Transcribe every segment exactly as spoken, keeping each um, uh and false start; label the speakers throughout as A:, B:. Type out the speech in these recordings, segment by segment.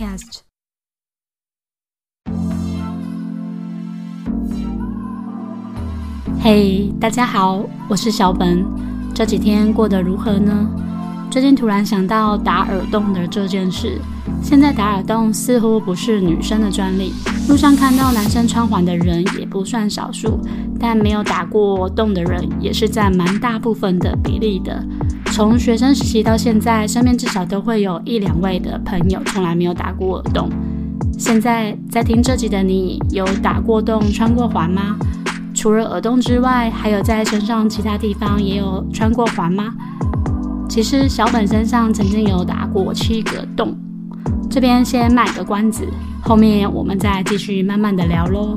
A: Podcast。嘿、hey, 大家好，我是小本。这几天过得如何呢？最近突然想到打耳洞的这件事。现在打耳洞似乎不是女生的专利，路上看到男生穿环的人也不算少数，但没有打过洞的人也是占蛮大部分的比例的。从学生时期到现在，身边至少都会有一两位的朋友从来没有打过耳洞。现在在听这集的你，有打过洞穿过环吗？除了耳洞之外，还有在身上其他地方也有穿过环吗？其实小本身上曾经有打过七个洞，这边先卖个关子，后面我们再继续慢慢的聊咯。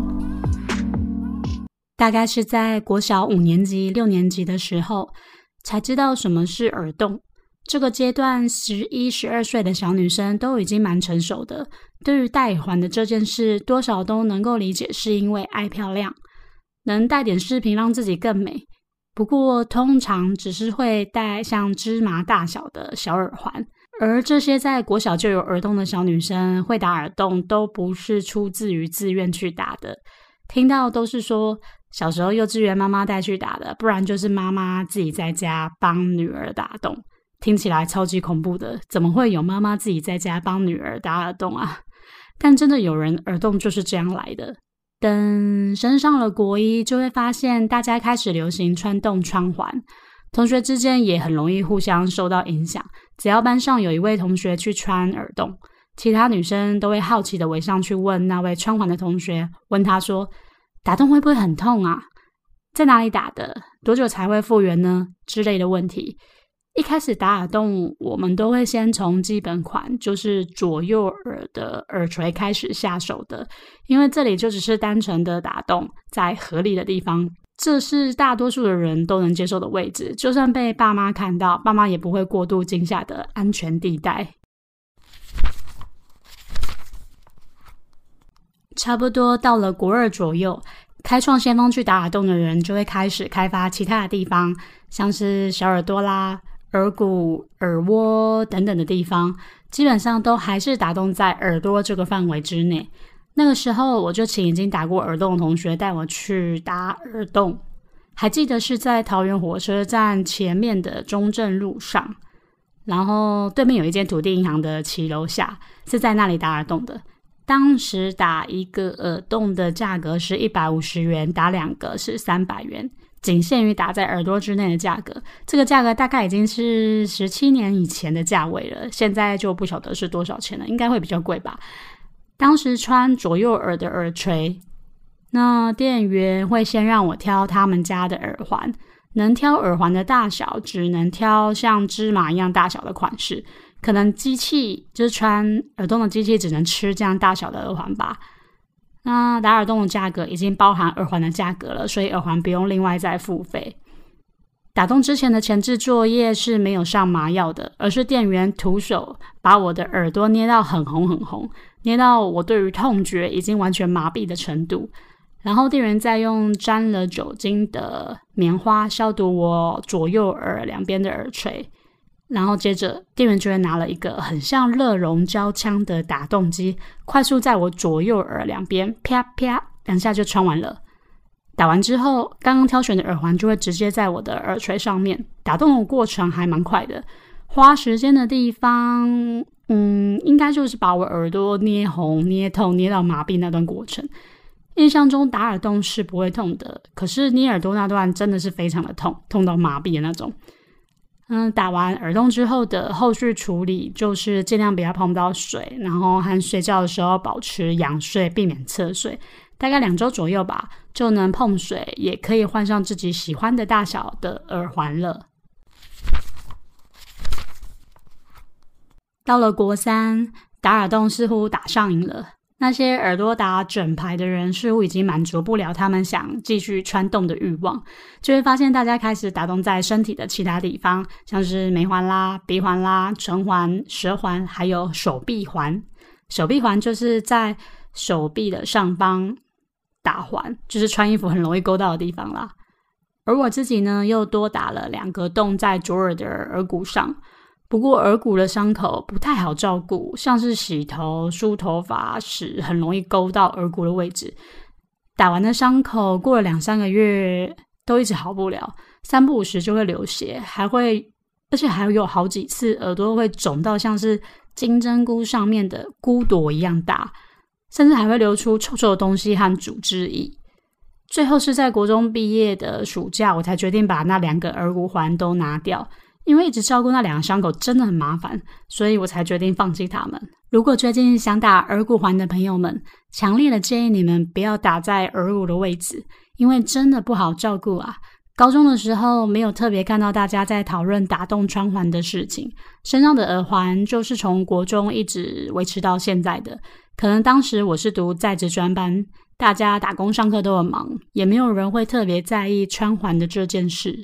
A: 大概是在国小五年级、六年级的时候，才知道什么是耳洞。这个阶段十一、十二岁的小女生都已经蛮成熟的，对于戴耳环的这件事，多少都能够理解，是因为爱漂亮，能戴点饰品让自己更美。不过通常只是会戴像芝麻大小的小耳环，而这些在国小就有耳洞的小女生会打耳洞，都不是出自于自愿去打的。听到都是说小时候幼稚园妈妈带去打的，不然就是妈妈自己在家帮女儿打洞。听起来超级恐怖的，怎么会有妈妈自己在家帮女儿打耳洞啊？但真的有人耳洞就是这样来的。等升上了国一，就会发现大家开始流行穿洞穿环，同学之间也很容易互相受到影响。只要班上有一位同学去穿耳洞，其他女生都会好奇的围上去问那位穿环的同学，问他说打洞会不会很痛啊？在哪里打的？多久才会复原呢？之类的问题。一开始打耳洞，我们都会先从基本款，就是左右耳的耳垂开始下手的，因为这里就只是单纯的打洞，在合理的地方，这是大多数的人都能接受的位置，就算被爸妈看到，爸妈也不会过度惊吓的安全地带。差不多到了国二左右，开创先锋去打耳洞的人就会开始开发其他的地方，像是小耳朵啦、耳骨、耳蜗等等的地方，基本上都还是打洞在耳朵这个范围之内。那个时候我就请已经打过耳洞的同学带我去打耳洞，还记得是在桃园火车站前面的中正路上，然后对面有一间土地银行的骑楼下，是在那里打耳洞的。当时打一个耳洞的价格是一百五十元，打两个是三百元，仅限于打在耳朵之内的价格。这个价格大概已经是十七年以前的价位了，现在就不晓得是多少钱了，应该会比较贵吧。当时穿左右耳的耳垂，那店员会先让我挑他们家的耳环，能挑耳环的大小只能挑像芝麻一样大小的款式，可能机器就是穿耳洞的机器只能吃这样大小的耳环吧。那打耳洞的价格已经包含耳环的价格了，所以耳环不用另外再付费。打洞之前的前置作业是没有上麻药的，而是店员徒手把我的耳朵捏到很红很红，捏到我对于痛觉已经完全麻痹的程度。然后店员再用沾了酒精的棉花消毒我左右耳两边的耳垂，然后接着店员就会拿了一个很像热熔胶枪的打洞机，快速在我左右耳两边啪啪两下就穿完了。打完之后，刚刚挑选的耳环就会直接在我的耳垂上面。打洞的过程还蛮快的，花时间的地方嗯，应该就是把我耳朵捏红、捏痛、捏到麻痹那段过程。印象中打耳洞是不会痛的，可是捏耳朵那段真的是非常的痛，痛到麻痹的那种。嗯，打完耳洞之后的后续处理就是尽量不要碰到水，然后和睡觉的时候保持仰睡，避免侧睡。大概两周左右吧，就能碰水，也可以换上自己喜欢的大小的耳环了。到了国三，打耳洞似乎打上瘾了。那些耳朵打整排的人似乎已经满足不了他们想继续穿洞的欲望，就会发现大家开始打洞在身体的其他地方，像是眉环啦、鼻环啦、唇环、舌环，还有手臂环。手臂环就是在手臂的上方打环，就是穿衣服很容易勾到的地方啦。而我自己呢，又多打了两个洞在左耳的耳骨上。 不过耳骨的伤口不太好照顾，像是洗头、梳头发时很容易勾到耳骨的位置。打完的伤口过了两三个月都一直好不了，三不五时就会流血，还会而且还有好几次耳朵会肿到像是金针菇上面的菇朵一样大，甚至还会流出臭臭的东西和组织液。最后是在国中毕业的暑假，我才决定把那两个耳骨环都拿掉，因为一直照顾那两个伤口真的很麻烦，所以我才决定放弃它们。如果最近想打耳骨环的朋友们，强烈的建议你们不要打在耳骨的位置，因为真的不好照顾啊。高中的时候没有特别看到大家在讨论打洞穿环的事情，身上的耳环就是从国中一直维持到现在的。可能当时我是读在职专班，大家打工上课都很忙，也没有人会特别在意穿环的这件事。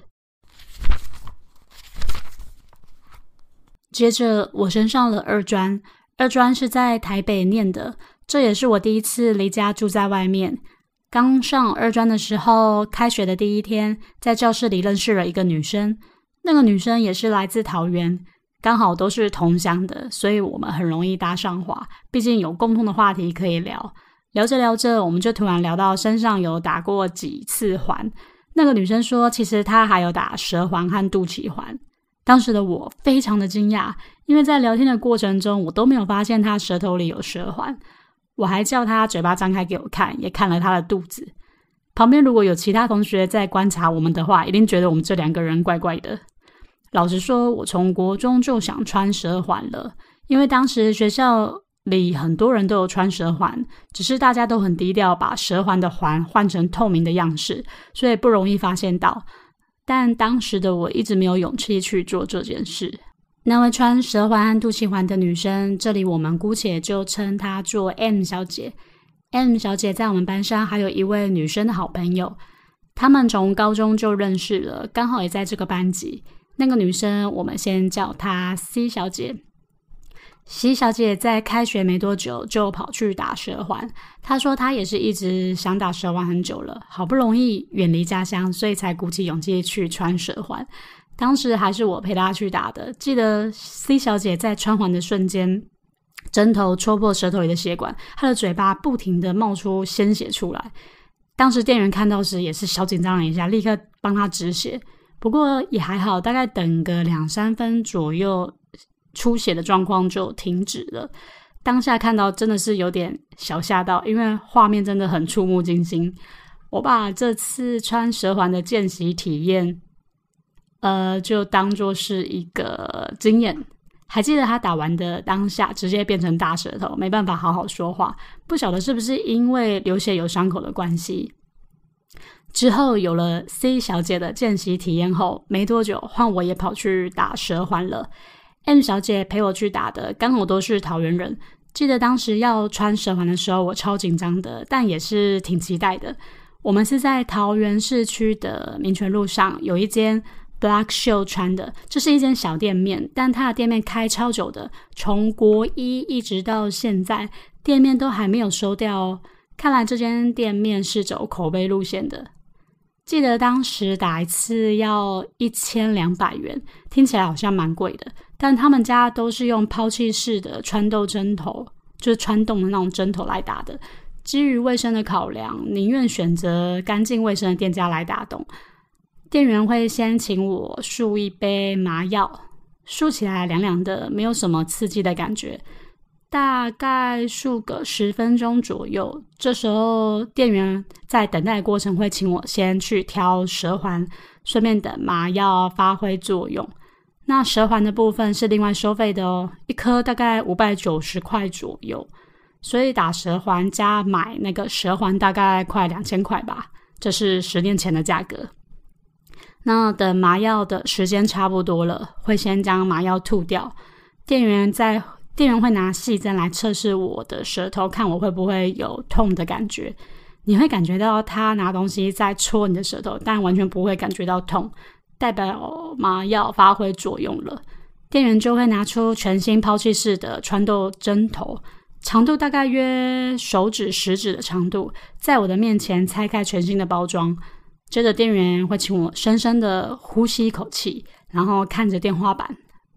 A: 接着我升上了二专，二专是在台北念的，这也是我第一次离家住在外面。刚上二专的时候，开学的第一天，在教室里认识了一个女生，那个女生也是来自桃园，刚好都是同乡的，所以我们很容易搭上话，毕竟有共同的话题可以聊。聊着聊着，我们就突然聊到身上有打过几次环。那个女生说，其实她还有打舌环和肚脐环。当时的我非常的惊讶，因为在聊天的过程中，我都没有发现她舌头里有舌环。我还叫她嘴巴张开给我看，也看了她的肚子。旁边如果有其他同学在观察我们的话，一定觉得我们这两个人怪怪的。老实说，我从国中就想穿舌环了，因为当时学校里很多人都有穿舌环，只是大家都很低调，把舌环的环换成透明的样式，所以不容易发现到。但当时的我一直没有勇气去做这件事。那位穿舌环和肚脐环的女生，这里我们姑且就称她做 M 小姐。M 小姐在我们班上还有一位女生的好朋友，他们从高中就认识了，刚好也在这个班级。那个女生我们先叫她 C 小姐。C 小姐在开学没多久就跑去打舌环，她说她也是一直想打舌环很久了，好不容易远离家乡，所以才鼓起勇气去穿舌环。当时还是我陪她去打的，记得 C 小姐在穿环的瞬间，针头戳破舌头里的血管，她的嘴巴不停地冒出鲜血出来。当时店员看到时也是小紧张了一下，立刻帮她止血，不过也还好，大概等个两三分左右，出血的状况就停止了。当下看到真的是有点小吓到，因为画面真的很触目惊心。我把这次穿舌环的见习体验呃，就当作是一个经验。还记得他打完的当下直接变成大舌头，没办法好好说话，不晓得是不是因为流血有伤口的关系。之后有了 C 小姐的见习体验后，没多久换我也跑去打舌环了。M 小姐陪我去打的刚好都是桃园人，记得当时要穿舌环的时候我超紧张的，但也是挺期待的。我们是在桃园市区的民权路上有一间 Black Show 穿的，这是一间小店面，但它的店面开超久的，从国一一直到现在店面都还没有收掉哦。看来这间店面是走口碑路线的。记得当时打一次要一千两百元，听起来好像蛮贵的，但他们家都是用抛弃式的穿洞针头，就是穿洞的那种针头来打的。基于卫生的考量，宁愿选择干净卫生的店家来打洞。店员会先请我漱一杯麻药，漱起来凉凉的，没有什么刺激的感觉，大概漱个十分钟左右。这时候店员在等待的过程会请我先去挑舌环，顺便等麻药发挥作用。那舌环的部分是另外收费的哦，一颗大概五百九十块左右，所以打舌环加买那个舌环大概快两千块吧，这是十年前的价格。那等麻药的时间差不多了，会先将麻药吐掉，店员在店员会拿细针来测试我的舌头，看我会不会有痛的感觉。你会感觉到他拿东西在戳你的舌头，但完全不会感觉到痛，代表麻药发挥作用了。店员就会拿出全新抛弃式的穿洞针头，长度大概约手指食指的长度，在我的面前拆开全新的包装。接着店员会请我深深的呼吸一口气，然后看着天花板，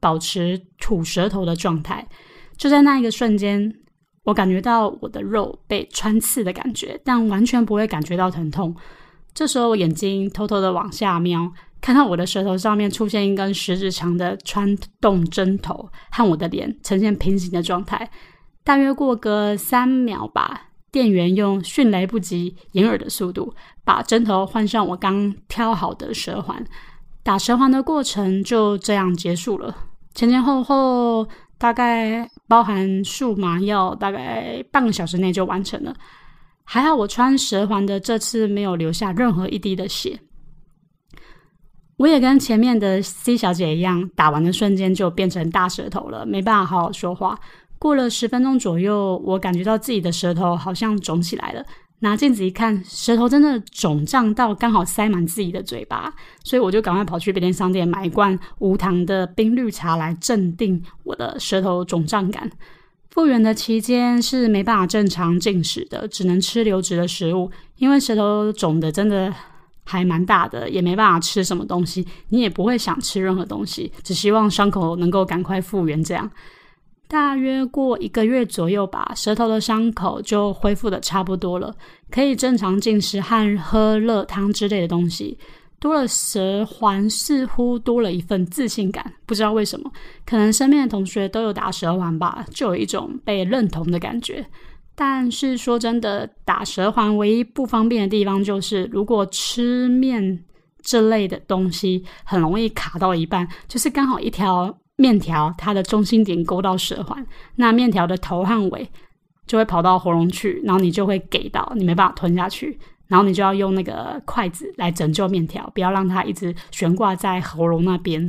A: 保持吐舌头的状态。就在那一个瞬间，我感觉到我的肉被穿刺的感觉，但完全不会感觉到疼痛。这时候我眼睛偷偷的往下瞄，看到我的舌头上面出现一根食指长的穿洞针头，和我的脸呈现平行的状态。大约过个三秒吧，店员用迅雷不及掩耳的速度把针头换上我刚挑好的舌环。打舌环的过程就这样结束了，前前后后大概包含束麻药，大概半个小时内就完成了。还好我穿舌环的这次没有留下任何一滴的血。我也跟前面的 C 小姐一样，打完的瞬间就变成大舌头了，没办法好好说话。过了十分钟左右，我感觉到自己的舌头好像肿起来了，拿镜子一看，舌头真的肿胀到刚好塞满自己的嘴巴，所以我就赶快跑去便利商店买一罐无糖的冰绿茶来镇定我的舌头肿胀感。复原的期间是没办法正常进食的，只能吃流质的食物，因为舌头肿的真的还蛮大的，也没办法吃什么东西，你也不会想吃任何东西，只希望伤口能够赶快复原。这样大约过一个月左右吧，舌头的伤口就恢复的差不多了，可以正常进食和喝热汤之类的东西。多了舌环似乎多了一份自信感，不知道为什么，可能身边的同学都有打舌环吧，就有一种被认同的感觉。但是说真的，打舌环唯一不方便的地方就是如果吃面这类的东西很容易卡到一半，就是刚好一条面条它的中心点勾到舌环，那面条的头和尾就会跑到喉咙去，然后你就会给到，你没办法吞下去，然后你就要用那个筷子来拯救面条，不要让它一直悬挂在喉咙那边。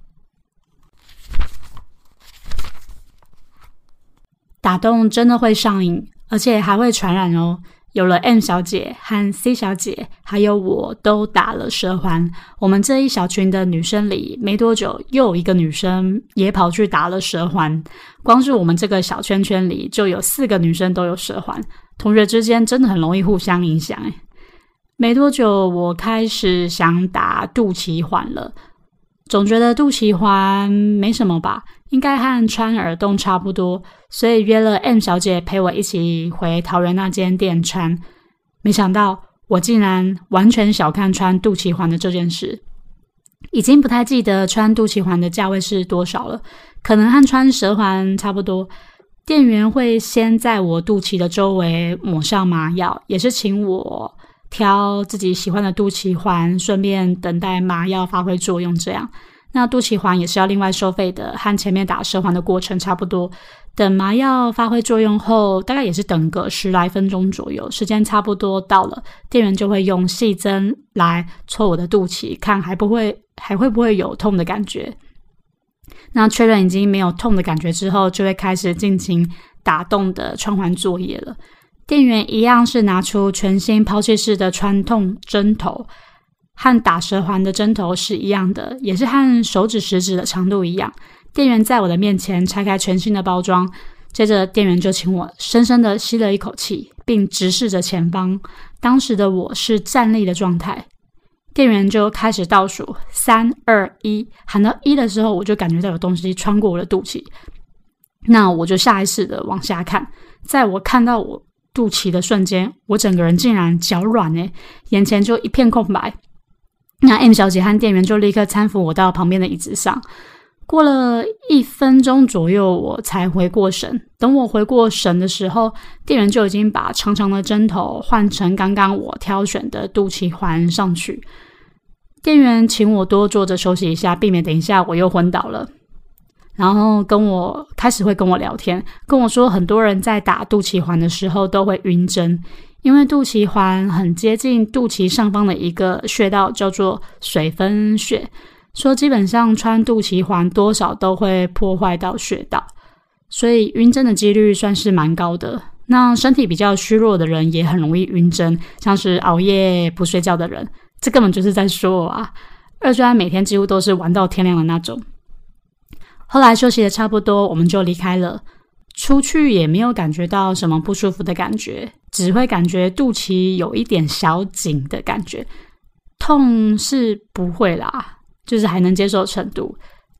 A: 打洞真的会上瘾，而且还会传染哦。有了 M 小姐和 C 小姐还有我都打了舌环，我们这一小群的女生里没多久又有一个女生也跑去打了舌环，光是我们这个小圈圈里就有四个女生都有舌环，同学之间真的很容易互相影响。没多久我开始想打肚脐环了，总觉得肚脐环没什么吧，应该和穿耳洞差不多，所以约了 M 小姐陪我一起回桃园那间店穿。没想到我竟然完全小看穿肚脐环的这件事，已经不太记得穿肚脐环的价位是多少了，可能和穿舌环差不多。店员会先在我肚脐的周围抹上麻药，也是请我挑自己喜欢的肚脐环，顺便等待麻药发挥作用这样。那肚脐环也是要另外收费的，和前面打舌环的过程差不多。等麻药发挥作用后，大概也是等个十来分钟左右，时间差不多到了，店员就会用细针来戳我的肚脐，看还不会还会不会有痛的感觉。那确认已经没有痛的感觉之后，就会开始进行打洞的穿环作业了。店员一样是拿出全新抛弃式的穿痛针头，和打舌环的针头是一样的，也是和手指食指的长度一样。店员在我的面前拆开全新的包装，接着店员就请我深深的吸了一口气，并直视着前方。当时的我是站立的状态，店员就开始倒数三二一，喊到一的时候，我就感觉到有东西穿过我的肚脐，那我就下意识的往下看，在我看到我肚脐的瞬间，我整个人竟然脚软耶，眼前就一片空白。那 M 小姐和店员就立刻搀扶我到旁边的椅子上。过了一分钟左右，我才回过神。等我回过神的时候，店员就已经把长长的针头换成刚刚我挑选的肚脐环上去。店员请我多坐着休息一下，避免等一下我又昏倒了。然后跟我开始会跟我聊天，跟我说很多人在打肚脐环的时候都会晕针，因为肚脐环很接近肚脐上方的一个穴道，叫做水分穴。说基本上穿肚脐环多少都会破坏到穴道，所以晕针的几率算是蛮高的。那身体比较虚弱的人也很容易晕针，像是熬夜不睡觉的人，这根本就是在说我啊。二专每天几乎都是玩到天亮的那种。后来休息的差不多，我们就离开了。出去也没有感觉到什么不舒服的感觉，只会感觉肚脐有一点小紧的感觉，痛是不会啦，就是还能接受程度。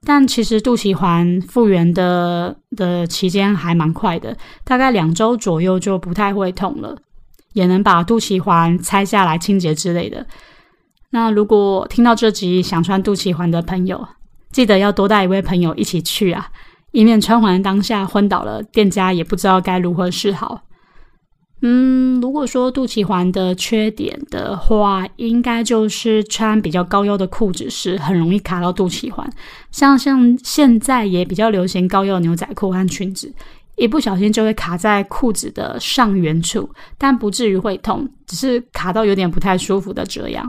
A: 但其实肚脐环复原的的期间还蛮快的，大概两周左右就不太会痛了，也能把肚脐环拆下来清洁之类的。那如果听到这集想穿肚脐环的朋友，记得要多带一位朋友一起去啊，以免穿环当下昏倒了，店家也不知道该如何是好。嗯，如果说肚脐环的缺点的话，应该就是穿比较高腰的裤子时很容易卡到肚脐环，像像现在也比较流行高腰牛仔裤和裙子，一不小心就会卡在裤子的上缘处，但不至于会痛，只是卡到有点不太舒服的这样。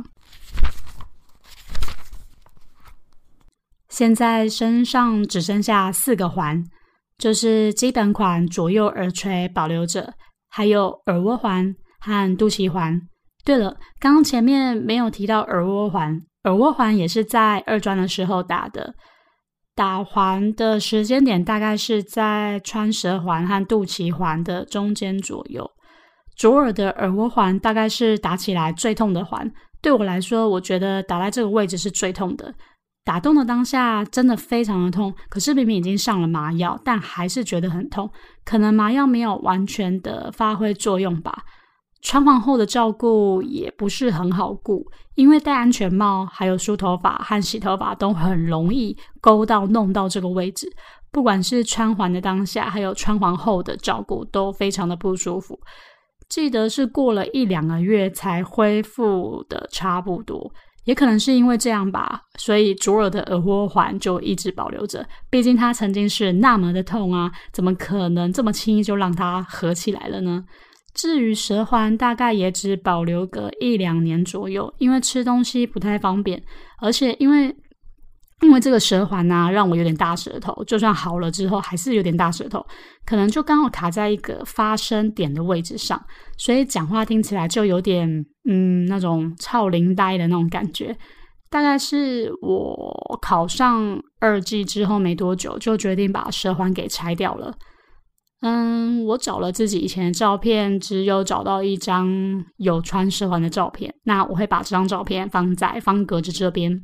A: 现在身上只剩下四个环，就是基本款左右耳垂保留着，还有耳蜗环和肚脐环。对了，刚刚前面没有提到耳蜗环，耳蜗环也是在二专的时候打的，打环的时间点大概是在穿舌环和肚脐环的中间左右。左耳的耳蜗环大概是打起来最痛的环，对我来说，我觉得打在这个位置是最痛的。打洞的当下真的非常的痛，可是明明已经上了麻药，但还是觉得很痛，可能麻药没有完全的发挥作用吧。穿环后的照顾也不是很好顾，因为戴安全帽还有梳头发和洗头发都很容易勾到弄到这个位置，不管是穿环的当下还有穿环后的照顾都非常的不舒服。记得是过了一两个月才恢复的差不多，也可能是因为这样吧，所以左耳的耳蜗环就一直保留着，毕竟它曾经是那么的痛啊，怎么可能这么轻易就让它合起来了呢？至于舌环大概也只保留个一两年左右，因为吃东西不太方便，而且因为因为这个舌环啊让我有点大舌头，就算好了之后还是有点大舌头，可能就刚好卡在一个发声点的位置上，所以讲话听起来就有点嗯那种超龄呆的那种感觉。大概是我考上二技之后没多久就决定把舌环给拆掉了。嗯，我找了自己以前的照片，只有找到一张有穿舌环的照片，那我会把这张照片放在方格子这边。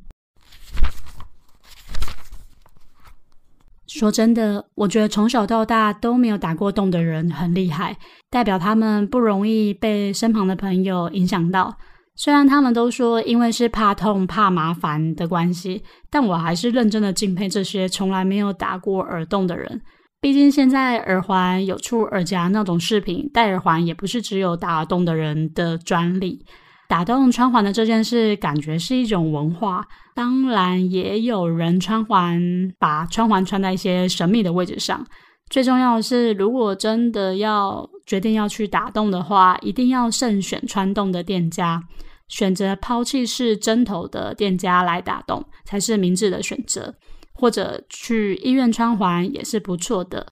A: 说真的，我觉得从小到大都没有打过洞的人很厉害，代表他们不容易被身旁的朋友影响到。虽然他们都说因为是怕痛怕麻烦的关系，但我还是认真的敬佩这些从来没有打过耳洞的人。毕竟现在耳环有出耳夹那种饰品，戴耳环也不是只有打耳洞的人的专利。打洞穿环的这件事感觉是一种文化，当然也有人穿环把穿环穿在一些神秘的位置上。最重要的是，如果真的要决定要去打洞的话，一定要慎选穿洞的店家，选择抛弃式针头的店家来打洞才是明智的选择，或者去医院穿环也是不错的。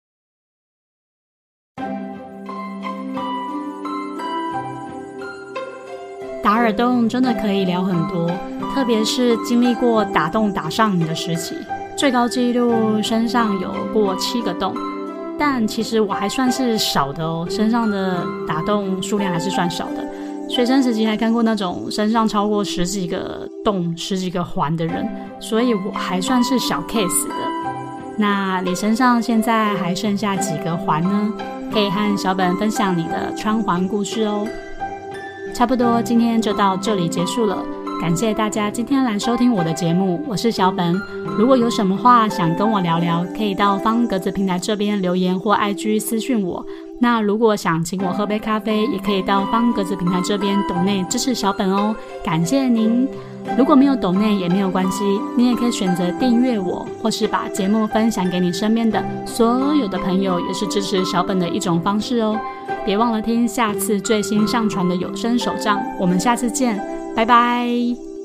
A: 打耳洞真的可以聊很多，特别是经历过打洞打上瘾的时期，最高纪录身上有过七个洞，但其实我还算是少的哦，身上的打洞数量还是算少的。学生时期还看过那种身上超过十几个洞、十几个环的人，所以我还算是小 case 的。那你身上现在还剩下几个环呢？可以和小本分享你的穿环故事哦。差不多今天就到这里结束了，感谢大家今天来收听我的节目，我是小本。如果有什么话想跟我聊聊，可以到方格子平台这边留言或 I G 私讯我。那如果想请我喝杯咖啡，也可以到方格子平台这边抖内支持小本哦，感谢您。如果没有抖内也没有关系，你也可以选择订阅我，或是把节目分享给你身边的所有的朋友，也是支持小本的一种方式哦。别忘了听下次最新上传的有声手账，我们下次见，拜拜。